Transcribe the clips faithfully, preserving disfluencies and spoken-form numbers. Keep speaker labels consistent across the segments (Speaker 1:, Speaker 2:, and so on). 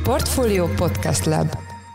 Speaker 1: Portfolio Podcast Lab.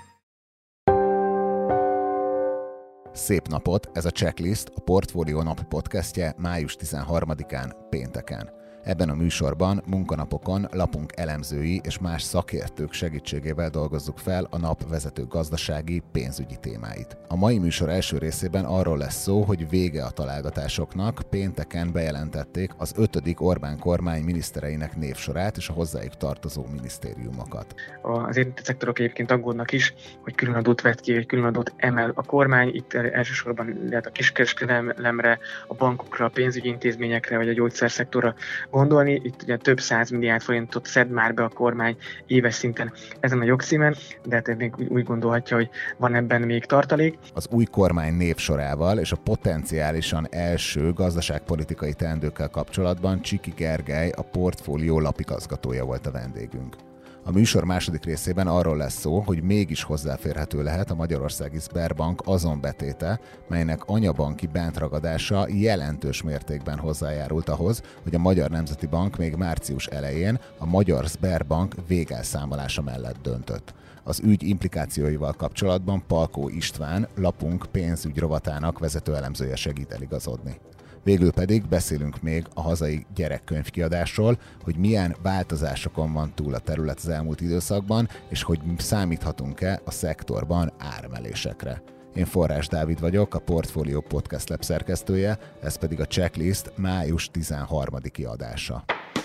Speaker 2: Szép napot, ez a Checklist, a Portfolio napi podcastje május tizenharmadikán, pénteken. Ebben a műsorban munkanapokon lapunk elemzői és más szakértők segítségével dolgozzuk fel a nap vezető gazdasági, pénzügyi témáit. A mai műsor első részében arról lesz szó, hogy vége a találgatásoknak, pénteken bejelentették az ötödik Orbán kormány minisztereinek névsorát és a hozzájuk tartozó minisztériumokat.
Speaker 3: Az érintett szektorok egyébként aggódnak is, hogy különadót vett ki, hogy különadót emel a kormány. Itt elsősorban lehet a kiskereskedelemre, a bankokra, a pénzügyi intézményekre vagy a gyógyszerszektorra gondolni. Itt ugye több száz milliárd forintot szed már be a kormány éves szinten ezen a jogcímen, de hát még úgy gondolhatja, hogy van ebben még tartalék.
Speaker 2: Az új kormány névsorával és a potenciálisan első gazdaságpolitikai teendőkkel kapcsolatban Csiki Gergely, a Portfolio lapigazgatója volt a vendégünk. A műsor második részében arról lesz szó, hogy mégis hozzáférhető lehet a magyarországi Sberbank azon betéte, melynek anyabanki bentragadása jelentős mértékben hozzájárult ahhoz, hogy a Magyar Nemzeti Bank még március elején a Magyar Sberbank végelszámolása mellett döntött. Az ügy implikációival kapcsolatban Palkó István, lapunk pénzügy rovatának vezető elemzője segít eligazodni. Végül pedig beszélünk még a hazai gyerekkönyvkiadásról, hogy milyen változásokon van túl a terület az elmúlt időszakban, és hogy számíthatunk-e a szektorban áremelésekre. Én Forrás Dávid vagyok, a Portfolio Podcast Lab szerkesztője, ez pedig a Checklist május tizenharmadiki adása.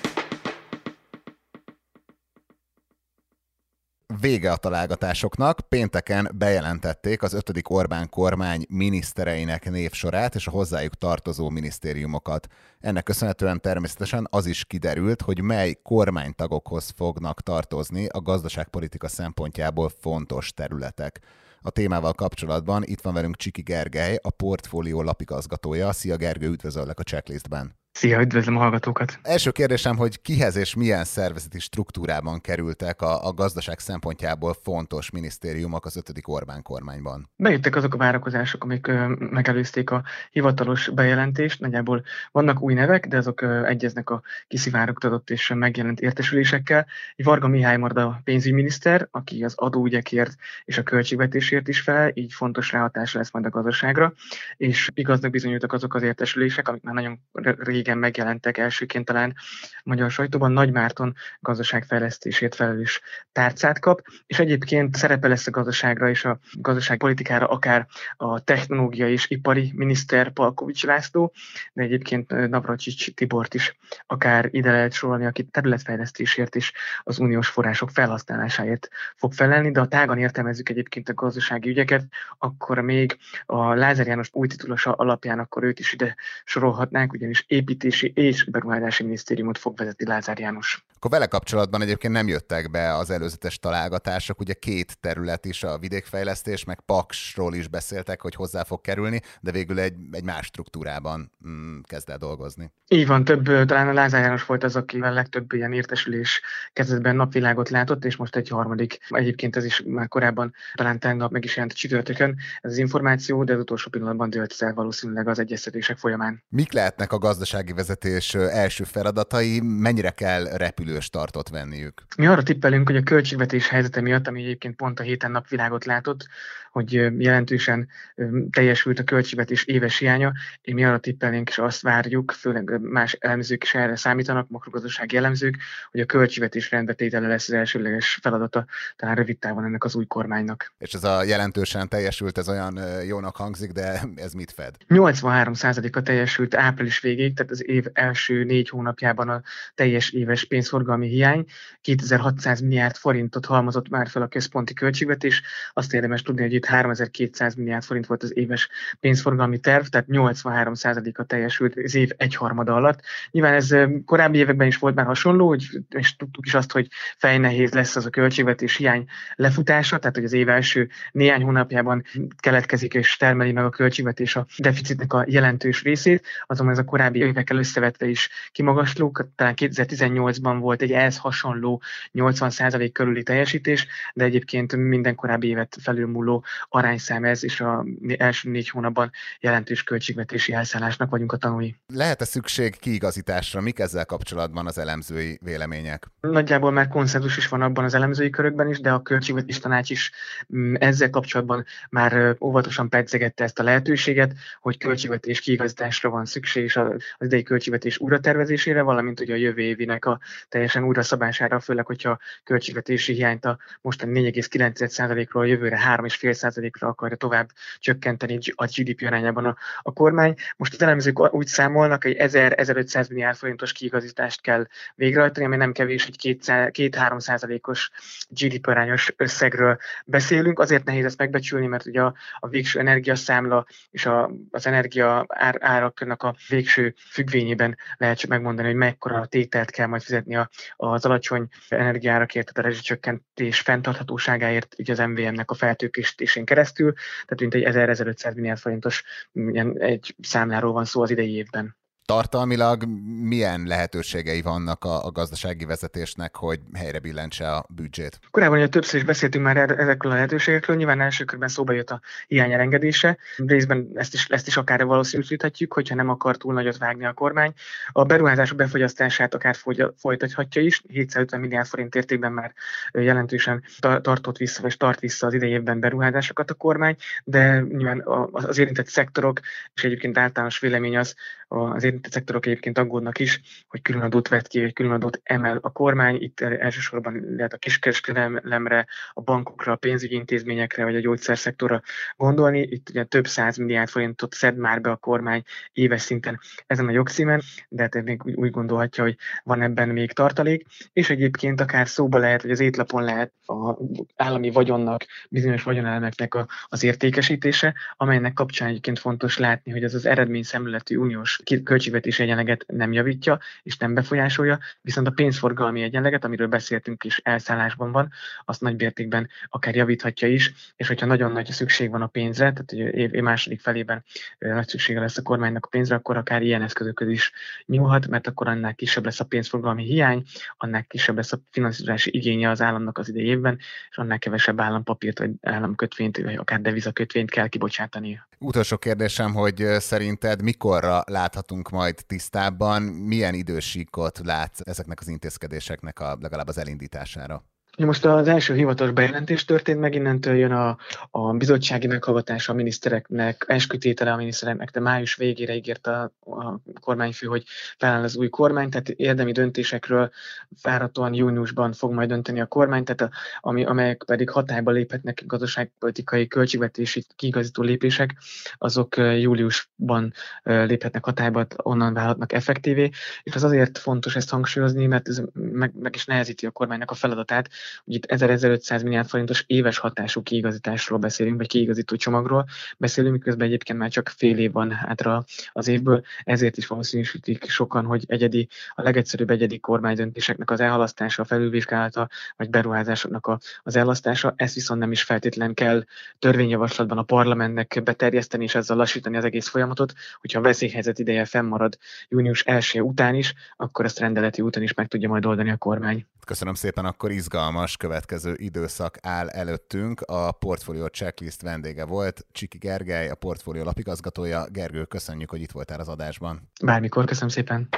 Speaker 2: Vége a találgatásoknak, pénteken bejelentették az ötödik Orbán kormány minisztereinek névsorát és a hozzájuk tartozó minisztériumokat. Ennek köszönhetően természetesen az is kiderült, hogy mely kormánytagokhoz fognak tartozni a gazdaságpolitika szempontjából fontos területek. A témával kapcsolatban itt van velünk Csiki Gergely, a Portfolio lapigazgatója. Szia Gergő, üdvözöllek a Checklistben.
Speaker 3: Szia, üdvözlöm a hallgatókat!
Speaker 2: Első kérdésem, hogy kihez és milyen szervezeti struktúrában kerültek a, a gazdaság szempontjából fontos minisztériumok az ötödik Orbán kormányban?
Speaker 3: Bejöttek azok a várakozások, amik ö, megelőzték a hivatalos bejelentést. Nagyjából vannak új nevek, de azok ö, egyeznek a kiszivárogtatott és megjelent értesülésekkel. Varga Mihály marad a pénzügyminiszter, aki az adóügyekért és a költségvetésért is fel, így fontos ráhatása lesz majd a gazdaságra. És igaznak bizonyultak azok az értesülések, amik már nagyon régen igen, megjelentek elsőként talán a magyar sajtóban. Nagy Márton gazdaságfejlesztésért felelős tárcát kap, és egyébként szerepe lesz a gazdaságra és a gazdaságpolitikára akár a technológiai és ipari miniszter Palkovics László, de egyébként Navracsics Tibort is akár ide lehet sorolni, aki területfejlesztésért és az uniós források felhasználásáért fog felelni, de ha tágan értelmezzük egyébként a gazdasági ügyeket, akkor még a Lázár János új titulusa alapján akkor őt is ide sorolhatnánk, ugyanis építési és beruházási minisztériumot fog vezetni Lázár János.
Speaker 2: Akkor vele kapcsolatban egyébként nem jöttek be az előzetes találgatások, ugye két terület is, a vidékfejlesztés, meg Paksról is beszéltek, hogy hozzá fog kerülni, de végül egy, egy más struktúrában mm, kezd el dolgozni.
Speaker 3: Így van, több, talán a Lázár János volt az, akivel legtöbb ilyen értesülés kezdetben napvilágot látott, és most egy harmadik. Egyébként ez is már korábban, talán tegnap meg is jelent a csütörtökön ez az információ, de az utolsó pillanatban dőlt el valószínűleg az egyeztetések folyamán.
Speaker 2: Mik lehetnek a gazdasági vezetés első feladatai, mennyire kell repülős tartot venniük?
Speaker 3: Mi arra tippelünk, hogy a költségvetés helyzete miatt, ami egyébként pont a héten napvilágot látott, hogy jelentősen teljesült a költségvetés éves hiánya, és mi arra tippelnénk és azt várjuk, főleg más elemzők is erre számítanak, makrogazdasági elemzők, hogy a költségvetés rendbetétele lesz az elsődleges feladata, talán rövid távon ennek az új kormánynak.
Speaker 2: És ez a jelentősen teljesült, ez olyan jónak hangzik, de ez mit fed?
Speaker 3: nyolcvanhárom százaléka teljesült április végéig, tehát az év első négy hónapjában a teljes éves pénzforgalmi hiány. kétezer-hatszáz milliárd forintot halmozott már fel a központi költségvetés. Azt érdemes tudni, hogy itt háromezer-kétszáz milliárd forint volt az éves pénzforgalmi terv, tehát nyolcvanhárom százaléka teljesült az év egyharmada alatt. Nyilván ez korábbi években is volt már hasonló, hogy, és tudtuk is azt, hogy fejnehéz lesz az a költségvetés hiány lefutása, tehát hogy az év első néhány hónapjában keletkezik és termeli meg a költségvetés a deficitnek a jelentős részét, azonban ez a korábbi évekkel összevetve is kimagasló, talán kétezer-tizennyolcban volt egy ehhez hasonló nyolcvan százalék körüli teljesítés, de egyébként minden korábbi évet felülmúló arányszám ez, és az első négy hónapban jelentős költségvetési elszállásnak vagyunk a tanúi.
Speaker 2: Lehet-e szükség kiigazításra? Mik ezzel kapcsolatban az elemzői vélemények?
Speaker 3: Nagyjából már konszenzus is van abban az elemzői körökben is, de a Költségvetési Tanács is ezzel kapcsolatban már óvatosan pedzegette ezt a lehetőséget, hogy költségvetés kiigazításra van szükség, és az idei költségvetés újratervezésére, valamint ugye a jövő évinek a teljesen újraszabására, főleg, hogyha a költségvetési hiányt a mostani négy egész kilenc százalékról jövőre három egész öt százalékra akarja tovább csökkenteni a gé dé pé arányában a, a kormány. Most az elemzők úgy számolnak, hogy ezer-ezerötszáz milliárd forintos kiigazítást kell végrehajtani, ami nem kevés, egy két-három százalékos gé dé pé arányos összegről beszélünk. Azért nehéz ezt megbecsülni, mert ugye a, a végső energiaszámla és a, az energia ár, áraknak a végső függvényében lehet csak megmondani, hogy mekkora tételt kell majd fizetni a, az alacsony energiaárakért, tehát a rezsicsökkentés fenntarthatóságáért ugye az em vé em-nek a feltőkésítésén keresztül, tehát mint egy ezer-ezerötszáz milliárd forintos ilyen, egy számláról van szó az idei évben.
Speaker 2: Tartalmilag milyen lehetőségei vannak a, a gazdasági vezetésnek, hogy helyre billentse a büdzsét?
Speaker 3: Korábban ugye többször is beszéltünk már ezekről a lehetőségekről, nyilván első körben szóba jött a hiány elengedése, részben ezt is, ezt is akár valószínűsíthetjük, hogyha nem akar túl nagyot vágni a kormány. A beruházások befogyasztását akár folytathatja is, hétszázötven milliárd forint értékben már jelentősen tartott vissza, és tart vissza az idei évben beruházásokat a kormány, de nyilván az érintett szektorok, és egyébként általános vélemény az, az érintett szektorok egyébként aggódnak is, hogy különadót vett ki, hogy különadót emel a kormány. Itt elsősorban lehet a kiskereskedelemre, a bankokra, a pénzügyi intézményekre, vagy a gyógyszerszektorra gondolni. Itt ugye több száz milliárd forintot szed már be a kormány éves szinten ezen a jogcímen, de hát még úgy gondolhatja, hogy van ebben még tartalék, és egyébként akár szóba lehet, hogy az étlapon lehet az állami vagyonnak, bizonyos vagyonelemeknek a, az értékesítése, amelynek kapcsán egyébként fontos látni, hogy ez az eredményszemléletű uniós költségvetési egyenleget nem javítja és nem befolyásolja, viszont a pénzforgalmi egyenleget, amiről beszéltünk is, elszállásban van, azt nagy mértékben akár javíthatja is, és hogyha nagyon nagy szükség van a pénzre, tehát hogy év, év második felében nagy szüksége lesz a kormánynak a pénzre, akkor akár ilyen eszközökhöz is nyúlhat, mert akkor annál kisebb lesz a pénzforgalmi hiány, annál kisebb lesz a finanszírozási igénye az államnak az idei évben, és annál kevesebb állampapírt vagy államkötvényt, vagy akár devizakötvényt kell kibocsátani.
Speaker 2: Utolsó kérdésem, hogy szerinted mikorra láthatunk majd tisztábban, milyen idősíkot látsz ezeknek az intézkedéseknek a, legalább az elindítására?
Speaker 3: Most az első hivatalos bejelentés történt, meg innentől jön a, a bizottsági meghallgatása a minisztereknek, eskütétele a minisztereknek, de május végére ígért a, a kormányfő, hogy feláll az új kormány, tehát érdemi döntésekről várhatóan júniusban fog majd dönteni a kormány, tehát a, ami, amelyek pedig hatályba léphetnek gazdaságpolitikai, költségvetési kiigazító lépések, azok júliusban léphetnek hatályba, onnan válhatnak effektívé, és az azért fontos ezt hangsúlyozni, mert ez meg, meg is nehezíti a kormánynak a feladatát. Ugye itt ezer-ezerötszáz milliárd forintos éves hatású kiigazításról beszélünk, vagy kiigazító csomagról beszélünk, miközben egyébként már csak fél év van hátra az évből, ezért is valószínűsítik sokan, hogy egyedi, a legegyszerűbb egyedi kormánydöntéseknek az elhalasztása, a felülvizsgálata, vagy beruházásoknak a, az elhalasztása, ezt viszont nem is feltétlen kell törvényjavaslatban a parlamentnek beterjeszteni, és ezzel lassítani az egész folyamatot, hogyha a veszélyhelyzet ideje fennmarad június elseje után is, akkor ezt rendeleti úton is meg tudja majd oldani a kormány.
Speaker 2: Köszönöm szépen, akkor izgalmas következő időszak áll előttünk. A Portfolio Checklist vendége volt Csiki Gergely, a Portfolio lapigazgatója. Gergő, köszönjük, hogy itt voltál az adásban.
Speaker 3: Bármikor, köszönöm szépen.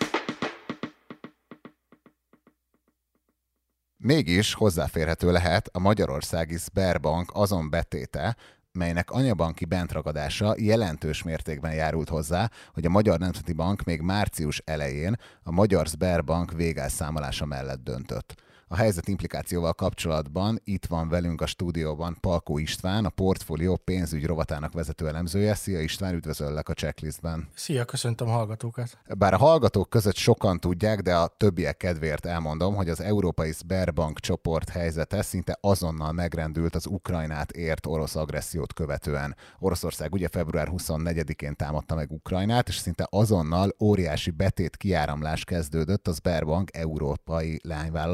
Speaker 2: Mégis hozzáférhető lehet a magyarországi Sberbank azon betéte, melynek anyabanki bentragadása jelentős mértékben járult hozzá, hogy a Magyar Nemzeti Bank még március elején a Magyar Sberbank végelszámolása mellett döntött. A helyzet implikációval kapcsolatban itt van velünk a stúdióban Palkó István, a Portfolio pénzügy rovatának vezető elemzője. Szia István, üdvözöllek a Checklistben.
Speaker 4: Szia, köszöntöm a hallgatókat.
Speaker 2: Bár a hallgatók között sokan tudják, de a többiek kedvéért elmondom, hogy az Európai Sberbank csoport helyzete szinte azonnal megrendült az Ukrajnát ért orosz agressziót követően. Oroszország ugye február huszonnegyedikén támadta meg Ukrajnát, és szinte azonnal óriási betét kiáramlás kezdődött a Sberbank európai leányvállalatainál,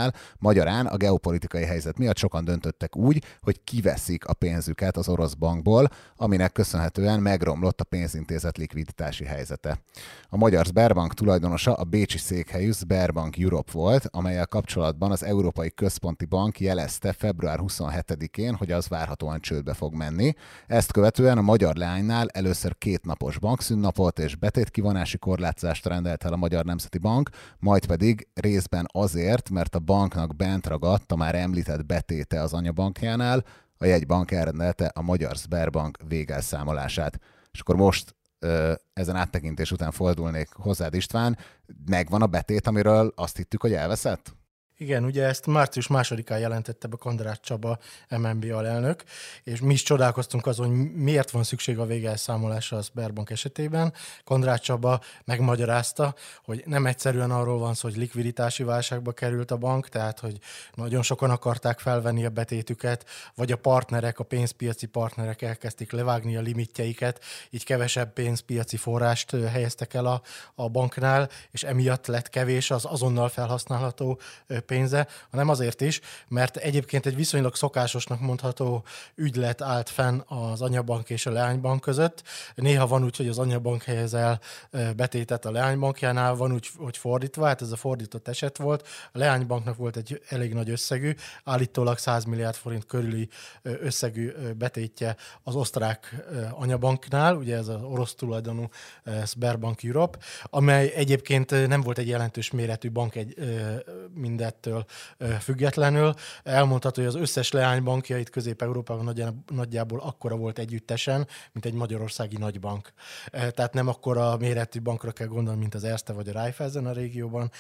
Speaker 2: el. Magyarán a geopolitikai helyzet miatt sokan döntöttek úgy, hogy kiveszik a pénzüket az orosz bankból, aminek köszönhetően megromlott a pénzintézet likviditási helyzete. A magyar Sberbank tulajdonosa a bécsi székhelyű Sberbank Europe volt, amellyel kapcsolatban az Európai Központi Bank jelezte február huszonhetedikén, hogy az várhatóan csődbe fog menni. Ezt követően a magyar leánynál először két napos bankszünnapot és betétkivonási korlátozást rendelt el a Magyar Nemzeti Bank, majd pedig részben azért, mert a banknak bent ragadt a már említett betéte az anyabankjánál, a jegybank elrendelte a Magyar Sberbank végelszámolását. És akkor most ezen áttekintés után fordulnék hozzád, István, megvan a betét, amiről azt hittük, hogy elveszett?
Speaker 4: Igen, ugye ezt március másodikán jelentette be Kondrát Csaba, em en bé alelnök, és mi is csodálkoztunk azon, hogy miért van szükség a végelszámolásra a Sberbank esetében. Kondrát Csaba megmagyarázta, hogy nem egyszerűen arról van szó, hogy likviditási válságba került a bank, tehát hogy nagyon sokan akarták felvenni a betétüket, vagy a partnerek, a pénzpiaci partnerek elkezdték levágni a limitjeiket, így kevesebb pénzpiaci forrást helyeztek el a, a banknál, és emiatt lett kevés az azonnal felhasználható pénze, hanem azért is, mert egyébként egy viszonylag szokásosnak mondható ügylet állt fenn az anyabank és a leánybank között. Néha van úgy, hogy az anyabank helyez el betétet a leánybankjánál, van úgy, hogy fordítva, hát ez a fordított eset volt. A leánybanknak volt egy elég nagy összegű, állítólag száz milliárd forint körüli összegű betétje az osztrák anyabanknál, ugye ez az orosz tulajdonú Sberbank Europe, amely egyébként nem volt egy jelentős méretű bank egy mindettől függetlenül. Elmondható, hogy az összes leánybankjait Közép-Európában nagyjából akkora volt együttesen, mint egy magyarországi nagybank. Tehát nem akkora méretű bankra kell gondolni, mint az Erste vagy a Raiffeisen a régióban,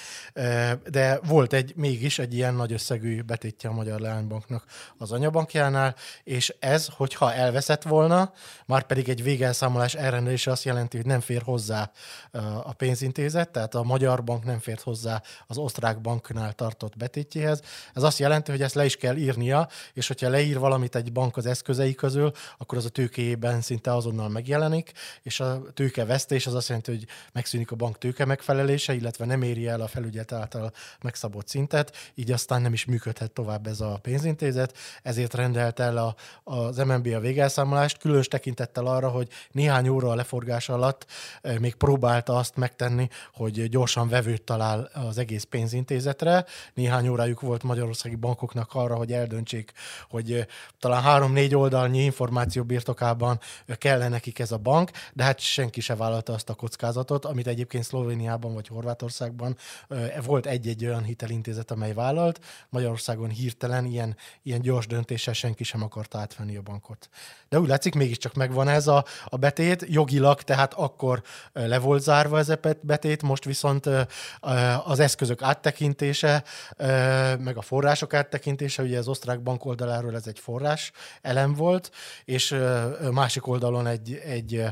Speaker 4: de volt egy, mégis egy ilyen nagy összegű betétje a magyar leánybanknak az anyabankjánál, és ez, hogyha elveszett volna, már pedig egy végelszámolás elrendelése azt jelenti, hogy nem fér hozzá a pénzintézet, tehát a magyar bank nem fért hozzá az osztrák banknál tartott betétjéhez. Ez azt jelenti, hogy ezt le is kell írnia, és hogyha leír valamit egy bank az eszközei közül, akkor az a tőkéjében szinte azonnal megjelenik, és a tőkevesztés az azt jelenti, hogy megszűnik a bank tőke megfelelése, illetve nem éri el a felügyelet által megszabott szintet, így aztán nem is működhet tovább ez a pénzintézet. Ezért rendelt el a, az em en bé a végelszámolást, különös tekintettel arra, hogy néhány óra a leforgás alatt még próbálta azt megtenni, hogy gyorsan vevőt talál az egész pénzintézetre. Néhány órájuk volt magyarországi bankoknak arra, hogy eldöntsék, hogy talán három-négy oldalnyi információ birtokában kellene nekik ez a bank, de hát senki se vállalta azt a kockázatot, amit egyébként Szlovéniában vagy Horvátországban volt egy-egy olyan hitelintézet, amely vállalt. Magyarországon hirtelen ilyen, ilyen gyors döntéssel senki sem akarta átvenni a bankot. De úgy látszik, mégiscsak megvan ez a, a betét, jogilag, tehát akkor le volt zárva ez a betét, most viszont az eszközök áttekintése, meg a források áttekintése, ugye az osztrák bank oldaláról ez egy forrás elem volt, és másik oldalon egy, egy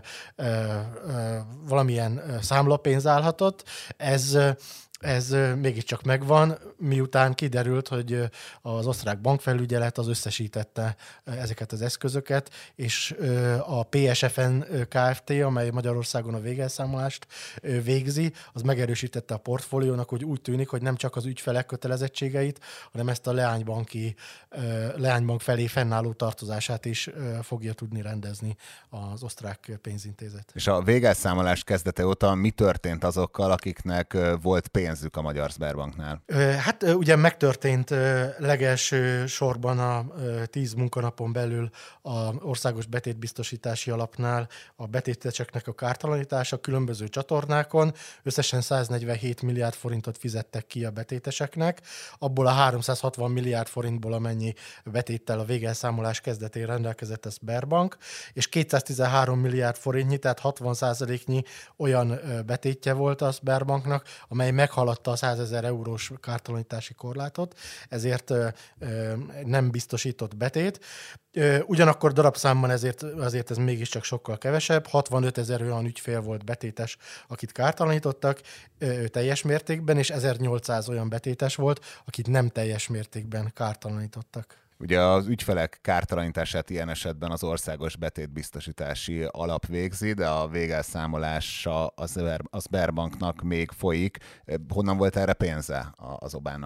Speaker 4: valamilyen számlapénz állhatott. Ez Ez mégiscsak megvan, miután kiderült, hogy az osztrák bankfelügyelet az összesítette ezeket az eszközöket, és a pé es ef en Kft., amely Magyarországon a végelszámolást végzi, az megerősítette a portfóliónak, hogy úgy tűnik, hogy nem csak az ügyfelek kötelezettségeit, hanem ezt a leánybanki, leánybank felé fennálló tartozását is fogja tudni rendezni az osztrák pénzintézet.
Speaker 2: És a végelszámolás kezdete óta mi történt azokkal, akiknek volt pénz pénzük a Magyar Sberbanknál?
Speaker 4: Hát ugye megtörtént legelső sorban a tíz munkanapon belül az Országos Betétbiztosítási Alapnál a betéteseknek a kártalanítása különböző csatornákon. Összesen száznegyvenhét milliárd forintot fizettek ki a betéteseknek, abból a háromszázhatvan milliárd forintból, amennyi betéttel a végelszámolás kezdetén rendelkezett a Sberbank, és kétszáztizenhárom milliárd forintnyi, tehát hatvan százaléknyi olyan betétje volt a Sberbanknak, amely meghaladta a százezer eurós kártalanítási korlátot, ezért ö, ö, nem biztosított betét. Ö, ugyanakkor darabszámban ezért, azért ez mégiscsak sokkal kevesebb. hatvanöt ezer olyan ügyfél volt betétes, akit kártalanítottak ö, teljes mértékben, és ezernyolcszáz olyan betétes volt, akit nem teljes mértékben kártalanítottak.
Speaker 2: Ugye az ügyfelek kártalanítását ilyen esetben az Országos Betétbiztosítási Alap végzi, de a végelszámolása a Sberbanknak még folyik. Honnan volt erre pénze az Obának?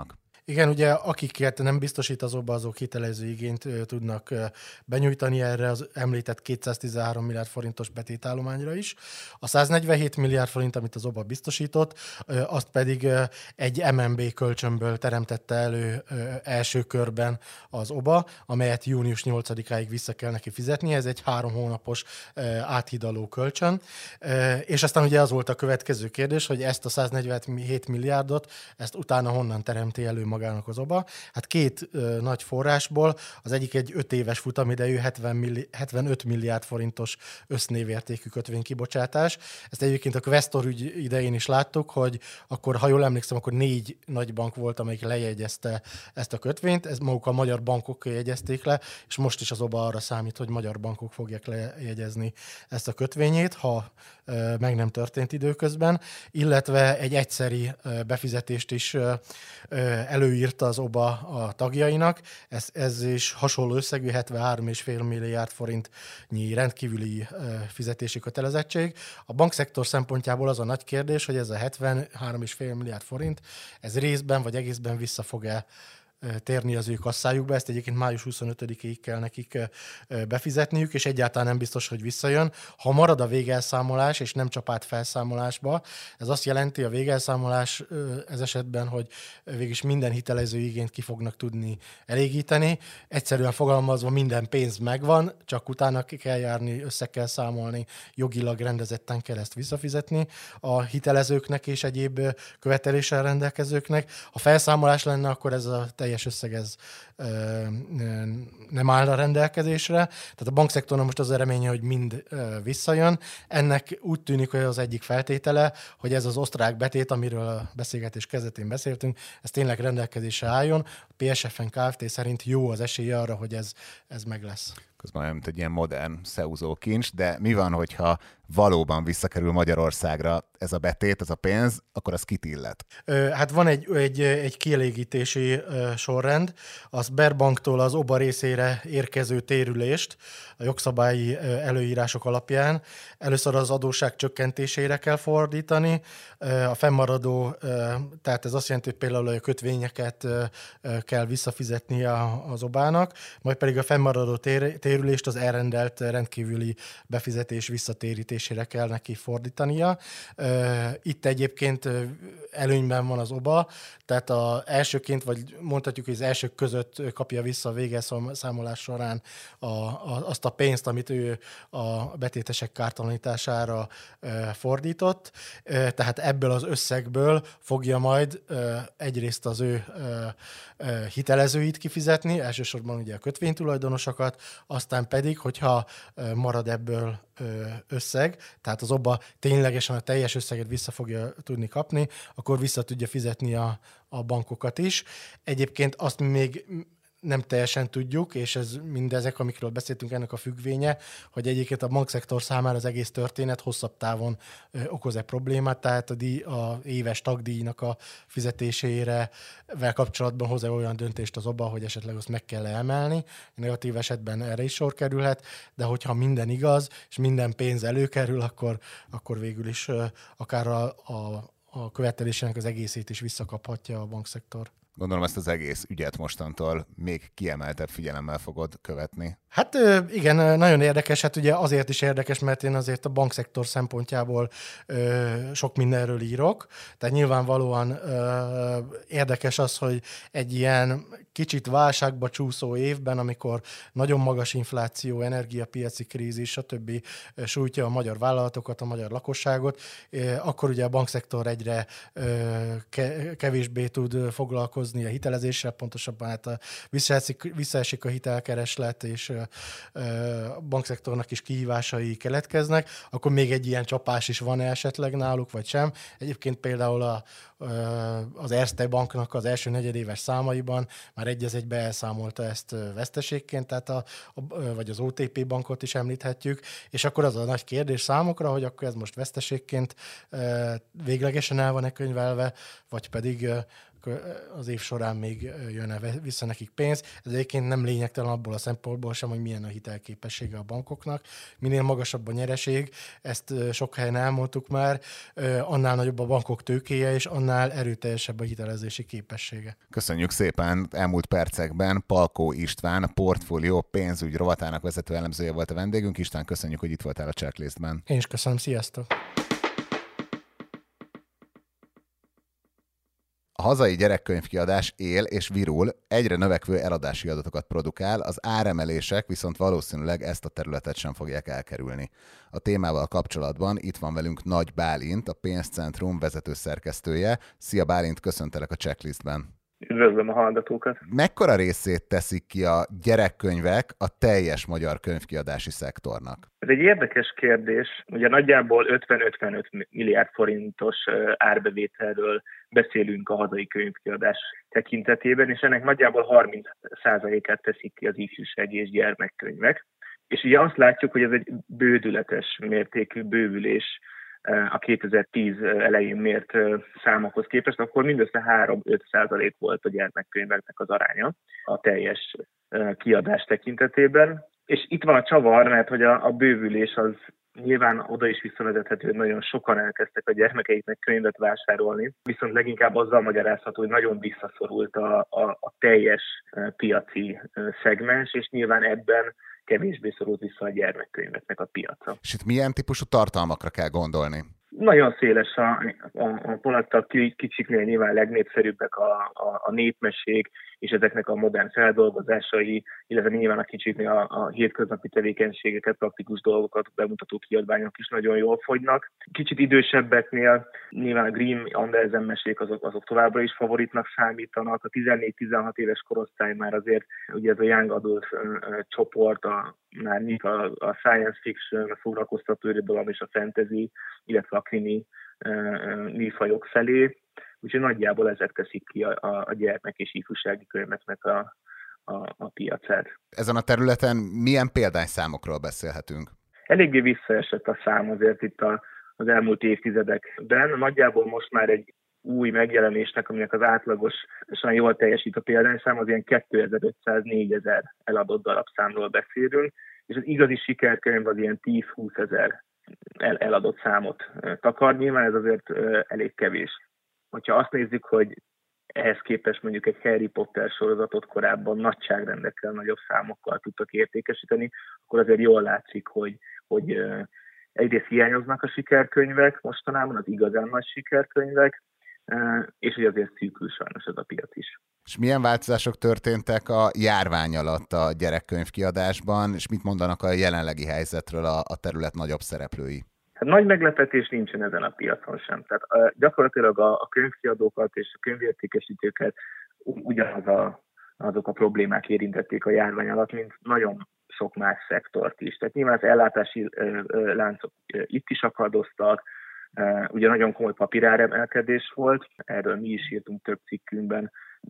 Speaker 4: Igen, ugye akiket nem biztosít az oba, azok hitelező igényt ö, tudnak ö, benyújtani erre az említett kétszáztizenhárom milliárd forintos betétállományra is. A száznegyvenhét milliárd forint, amit az oba biztosított, ö, azt pedig ö, egy em en bé kölcsönből teremtette elő ö, első körben az oba, amelyet június nyolcadikáig vissza kell neki fizetni. Ez egy három hónapos ö, áthidaló kölcsön. Ö, és aztán ugye az volt a következő kérdés, hogy ezt a száznegyvenhét milliárdot, ezt utána honnan teremti elő magának az oba. Hát két ö, nagy forrásból, az egyik egy öt éves futamidejű hetven milli, hetvenöt milliárd forintos össznévértékű kötvénykibocsátás. Ezt egyébként a Questor ügy idején is láttuk, hogy akkor, ha jól emlékszem, akkor négy nagy bank volt, amelyik lejegyezte ezt a kötvényt, ez maguk a magyar bankok jegyezték le, és most is az oba arra számít, hogy magyar bankok fogják lejegyezni ezt a kötvényét, ha ö, meg nem történt időközben, illetve egy egyszeri ö, befizetést is ö, előírta az oba a tagjainak. Ez, ez is hasonló összegű hetvenhárom egész öt milliárd forintnyi rendkívüli fizetési kötelezettség. A bankszektor szempontjából az a nagy kérdés, hogy ez a hetvenhárom egész öt milliárd forint, ez részben vagy egészben vissza fog-e térni az ő kasszájukba, ezt egyébként május huszonötödikéig kell nekik befizetniük, és egyáltalán nem biztos, hogy visszajön. Ha marad a végelszámolás, és nem csap át felszámolásba, ez azt jelenti a végelszámolás ez esetben, hogy végülis minden hitelező igényt ki fognak tudni elégíteni. Egyszerűen fogalmazva minden pénz megvan, csak utána kell járni, össze kell számolni, jogilag rendezetten kell ezt visszafizetni a hitelezőknek és egyéb követeléssel rendelkezőknek. Ha felszámolás lenne, akkor ez a teljes összeg ez ö, nem áll a rendelkezésre. Tehát a bankszektornak most az a reménye, hogy mind ö, visszajön. Ennek úgy tűnik, hogy az egyik feltétele, hogy ez az osztrák betét, amiről a beszélgetés kezdetén beszéltünk, ez tényleg rendelkezésre álljon. A pé es ef en Kft. Szerint jó az esélye arra, hogy ez, ez meg lesz.
Speaker 2: Közben olyan, mint egy ilyen modern szeúzó kincs, de mi van, hogyha valóban visszakerül Magyarországra ez a betét, ez a pénz, akkor az kit illet?
Speaker 4: Hát van egy, egy, egy kielégítési sorrend. A Sberbanktól az oba részére érkező térülést a jogszabályi előírások alapján először az adósság csökkentésére kell fordítani. A fennmaradó, tehát ez azt jelenti, hogy például a kötvényeket kell visszafizetni az obának, majd pedig a fennmaradó tér, térülést az elrendelt rendkívüli befizetés visszatérítésére kell neki fordítania. Itt egyébként előnyben van az oba, tehát az elsőként, vagy mondhatjuk, hogy az elsők között kapja vissza a végelszámolás során a, a, azt a pénzt, amit ő a betétesek kártalanítására fordított. Tehát ebből az összegből fogja majd egyrészt az ő hitelezőit kifizetni, elsősorban ugye a kötvénytulajdonosokat, aztán pedig, hogyha marad ebből összeg, tehát az oba ténylegesen a teljes összeget vissza fogja tudni kapni, akkor vissza tudja fizetni a, a bankokat is. Egyébként azt még nem teljesen tudjuk, és ez mindezek, amikről beszéltünk, ennek a függvénye, hogy egyébként a bankszektor számára az egész történet hosszabb távon ö, okoz-e problémát, tehát a, díj, a éves tagdíjnak a fizetésére vel kapcsolatban hoz-e olyan döntést az oba, hogy esetleg azt meg kell emelni. Negatív esetben erre is sor kerülhet, de hogyha minden igaz, és minden pénz előkerül, akkor, akkor végül is ö, akár a, a, a követelésének az egészét is visszakaphatja a bankszektor.
Speaker 2: Gondolom ezt az egész ügyet mostantól még kiemeltebb figyelemmel fogod követni.
Speaker 4: Hát igen, nagyon érdekes, hát ugye azért is érdekes, mert én azért a bankszektor szempontjából ö, sok mindenről írok, tehát nyilvánvalóan ö, érdekes az, hogy egy ilyen kicsit válságba csúszó évben, amikor nagyon magas infláció, energiapiaci krízis, stb. Sújtja a magyar vállalatokat, a magyar lakosságot, ö, akkor ugye a bankszektor egyre ö, ke- kevésbé tud foglalkozni a hitelezéssel, pontosabban hát a visszaesik, visszaesik a hitelkereslet, és a bankszektornak is kihívásai keletkeznek, akkor még egy ilyen csapás is van esetleg náluk, vagy sem. Egyébként például a, az Erste Banknak az első negyedéves számaiban már egy az egybe elszámolta ezt veszteségként, tehát a, a, vagy az o té pé bankot is említhetjük, és akkor az a nagy kérdés számokra, hogy akkor ez most veszteségként véglegesen el van-e könyvelve, vagy pedig az év során még jön-e vissza nekik pénz. Ez egyébként nem lényegtelen abból a szempontból sem, hogy milyen a hitelképessége a bankoknak. Minél magasabb a nyereség, ezt sok helyen elmondtuk már, annál nagyobb a bankok tőkéje, és annál erőteljesebb a hitelezési képessége.
Speaker 2: Köszönjük szépen! Elmúlt percekben Palkó István, a Portfolio pénzügy rovatának vezető elemzője volt a vendégünk. István, köszönjük, hogy itt voltál a checklistben.
Speaker 4: Én is köszönöm, sziasztok!
Speaker 2: A hazai gyerekkönyvkiadás él és virul, egyre növekvő eladási adatokat produkál, az áremelések viszont valószínűleg ezt a területet sem fogják elkerülni. A témával kapcsolatban itt van velünk Nagy Bálint, a Pénzcentrum vezető szerkesztője. Szia Bálint, köszöntelek a checklistben.
Speaker 5: Üdvözlöm a hallgatókat!
Speaker 2: Mekkora részét teszik ki a gyerekkönyvek a teljes magyar könyvkiadási szektornak?
Speaker 5: Ez egy érdekes kérdés. Ugye nagyjából ötven-ötvenöt milliárd forintos árbevételről beszélünk a hazai könyvkiadás tekintetében, és ennek nagyjából harminc százalékát teszik ki az ifjúsági és gyermekkönyvek. És ugye azt látjuk, hogy ez egy bődületes mértékű bővülés a kétezer-tíz elején mért számokhoz képest, akkor mindössze három-öt százalék volt a gyermekkönyveknek az aránya a teljes kiadás tekintetében. És itt van a csavar, mert hogy a, a bővülés az nyilván oda is visszavezethető, hogy nagyon sokan elkezdtek a gyermekeiknek könyvet vásárolni, viszont leginkább azzal magyarázható, hogy nagyon visszaszorult a, a, a teljes piaci szegmens, és nyilván ebben kevésbé szorult vissza a gyermekkönyveknek a piaca.
Speaker 2: És itt milyen típusú tartalmakra kell gondolni?
Speaker 5: Nagyon széles a, a, a paletta, kicsiknél nyilván legnépszerűbbek a, a, a népmesék, és ezeknek a modern feldolgozásai, illetve nyilván a kicsiknél a, a hétköznapi tevékenységeket, praktikus dolgokat bemutató kiadványok is nagyon jól fogynak. Kicsit idősebbeknél nyilván a Grimm, Andersen mesék azok, azok továbbra is favoritnak számítanak. A tizennégy-tizenhat éves korosztály már azért, ugye ez a Young Adult csoport, a, már nyit a, a science fiction, a foglalkoztató irodalom és a fantasy, illetve a krimi műfajok felé. Úgyhogy nagyjából ezek teszik ki a, a, a gyermek és ifjúsági könyveknek a, a, a piacát.
Speaker 2: Ezen a területen milyen példányszámokról beszélhetünk?
Speaker 5: Eléggé visszaesett a szám azért itt a, az elmúlt évtizedekben. Nagyjából most már egy új megjelenésnek, aminek az átlagosan jól teljesít a példányszám, az ilyen kétezer-ötszáz-négyezer eladott darabszámról beszélünk, és az igazi sikerkönyv az ilyen tíz-húszezer el, eladott számot takar. Nyilván ez azért elég kevés. Hogyha azt nézzük, hogy ehhez képest mondjuk egy Harry Potter sorozatot korábban nagyságrendekkel, nagyobb számokkal tudtak értékesíteni, akkor azért jól látszik, hogy, hogy egyrészt hiányoznak a sikerkönyvek mostanában, az igazán nagy sikerkönyvek, és hogy azért szűkül sajnos ez a piac is.
Speaker 2: És milyen változások történtek a járvány alatt a gyerekkönyvkiadásban, és mit mondanak a jelenlegi helyzetről a, a terület nagyobb szereplői?
Speaker 5: Hát nagy meglepetés nincsen ezen a piacon sem. Tehát uh, gyakorlatilag a, a könyvkiadókat és a könyvértékesítőket ugyanaz a, azok a problémák érintették a járvány alatt, mint nagyon sok más szektort is. Tehát nyilván az ellátási uh, uh, láncok uh, itt is akadoztak, uh, ugye nagyon komoly papíráremelkedés volt, erről mi is írtunk több cikkünkben,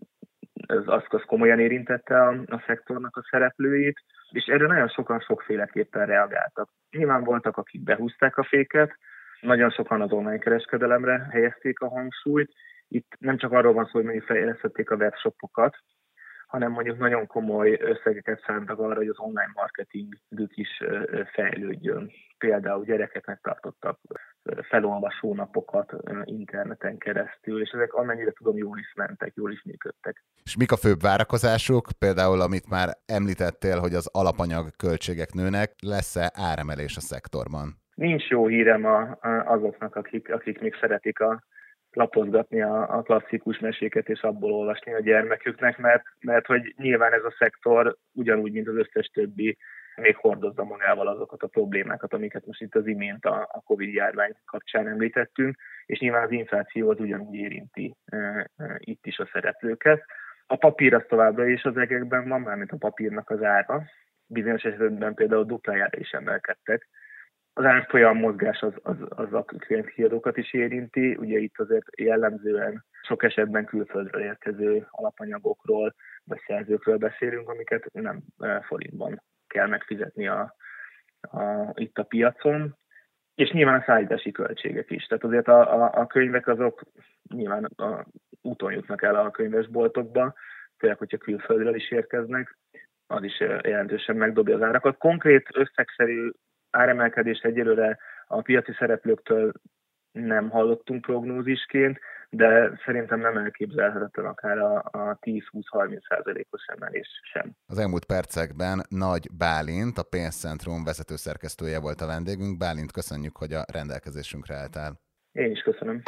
Speaker 5: ez az, az komolyan érintette a, a szektornak a szereplőit, és erre nagyon sokan sokféleképpen reagáltak. Nyilván voltak, akik behúzták a féket, nagyon sokan az online kereskedelemre helyezték a hangsúlyt. Itt nem csak arról van szó, hogy mondjuk fejlesztették a webshopokat, hanem mondjuk nagyon komoly összegeket szántak arra, hogy az online marketingük is fejlődjön. Például gyerekeknek tartottak felolvasó napokat interneten keresztül, és ezek amennyire tudom, jól is mentek, jól is működtek.
Speaker 2: És mik a főbb várakozások? Például, amit már említettél, hogy az alapanyag költségek nőnek, lesz-e áremelés a szektorban?
Speaker 5: Nincs jó hírem a, a, azoknak, akik, akik még szeretik a lapozgatni a, a klasszikus meséket, és abból olvasni a gyermeküknek, mert, mert hogy nyilván ez a szektor ugyanúgy, mint az összes többi, még hordozza magával azokat a problémákat, amiket most itt az imént a, a Covid-járvány kapcsán említettünk, és nyilván az infláció az ugyanúgy érinti e, e, itt is a szereplőket. A papír az továbbra is az egekben van, mármint a papírnak az ára. Bizonyos esetben például duplájára is emelkedtek. Az árfolyam mozgás az, az, az a könyvkiadókat is érinti, ugye itt azért jellemzően sok esetben külföldről érkező alapanyagokról vagy szerzőkről beszélünk, amiket nem forintban kell megfizetni a, a, itt a piacon. És nyilván a szállítási költségek is. Tehát azért a, a, a könyvek azok nyilván a, úton jutnak el a könyvesboltokba, főleg, hogyha külföldről is érkeznek, az is jelentősen megdobja az árakat. Konkrét összegszerű áremelkedést egyelőre a piaci szereplőktől nem hallottunk prognózisként, de szerintem nem elképzelhetetlen akár a, a tíz-húsz-harminc százalékos emelés sem.
Speaker 2: Az elmúlt percekben Nagy Bálint, a Pénzcentrum vezető szerkesztője volt a vendégünk. Bálint, köszönjük, hogy a rendelkezésünkre álltál.
Speaker 5: Én is köszönöm.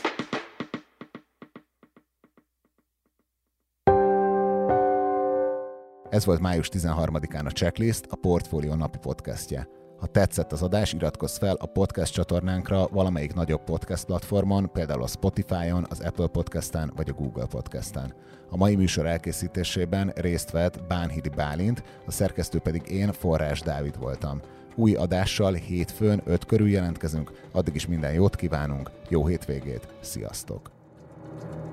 Speaker 2: Ez volt május tizenharmadikán a Checklist, a Portfolio napi podcastje. Ha tetszett az adás, iratkozz fel a podcast csatornánkra valamelyik nagyobb podcast platformon, például a Spotify-on, az Apple Podcasten vagy a Google Podcasten. A mai műsor elkészítésében részt vett Bánhidi Bálint, a szerkesztő pedig én, Forrás Dávid voltam. Új adással hétfőn öt körül jelentkezünk, addig is minden jót kívánunk, jó hétvégét, sziasztok!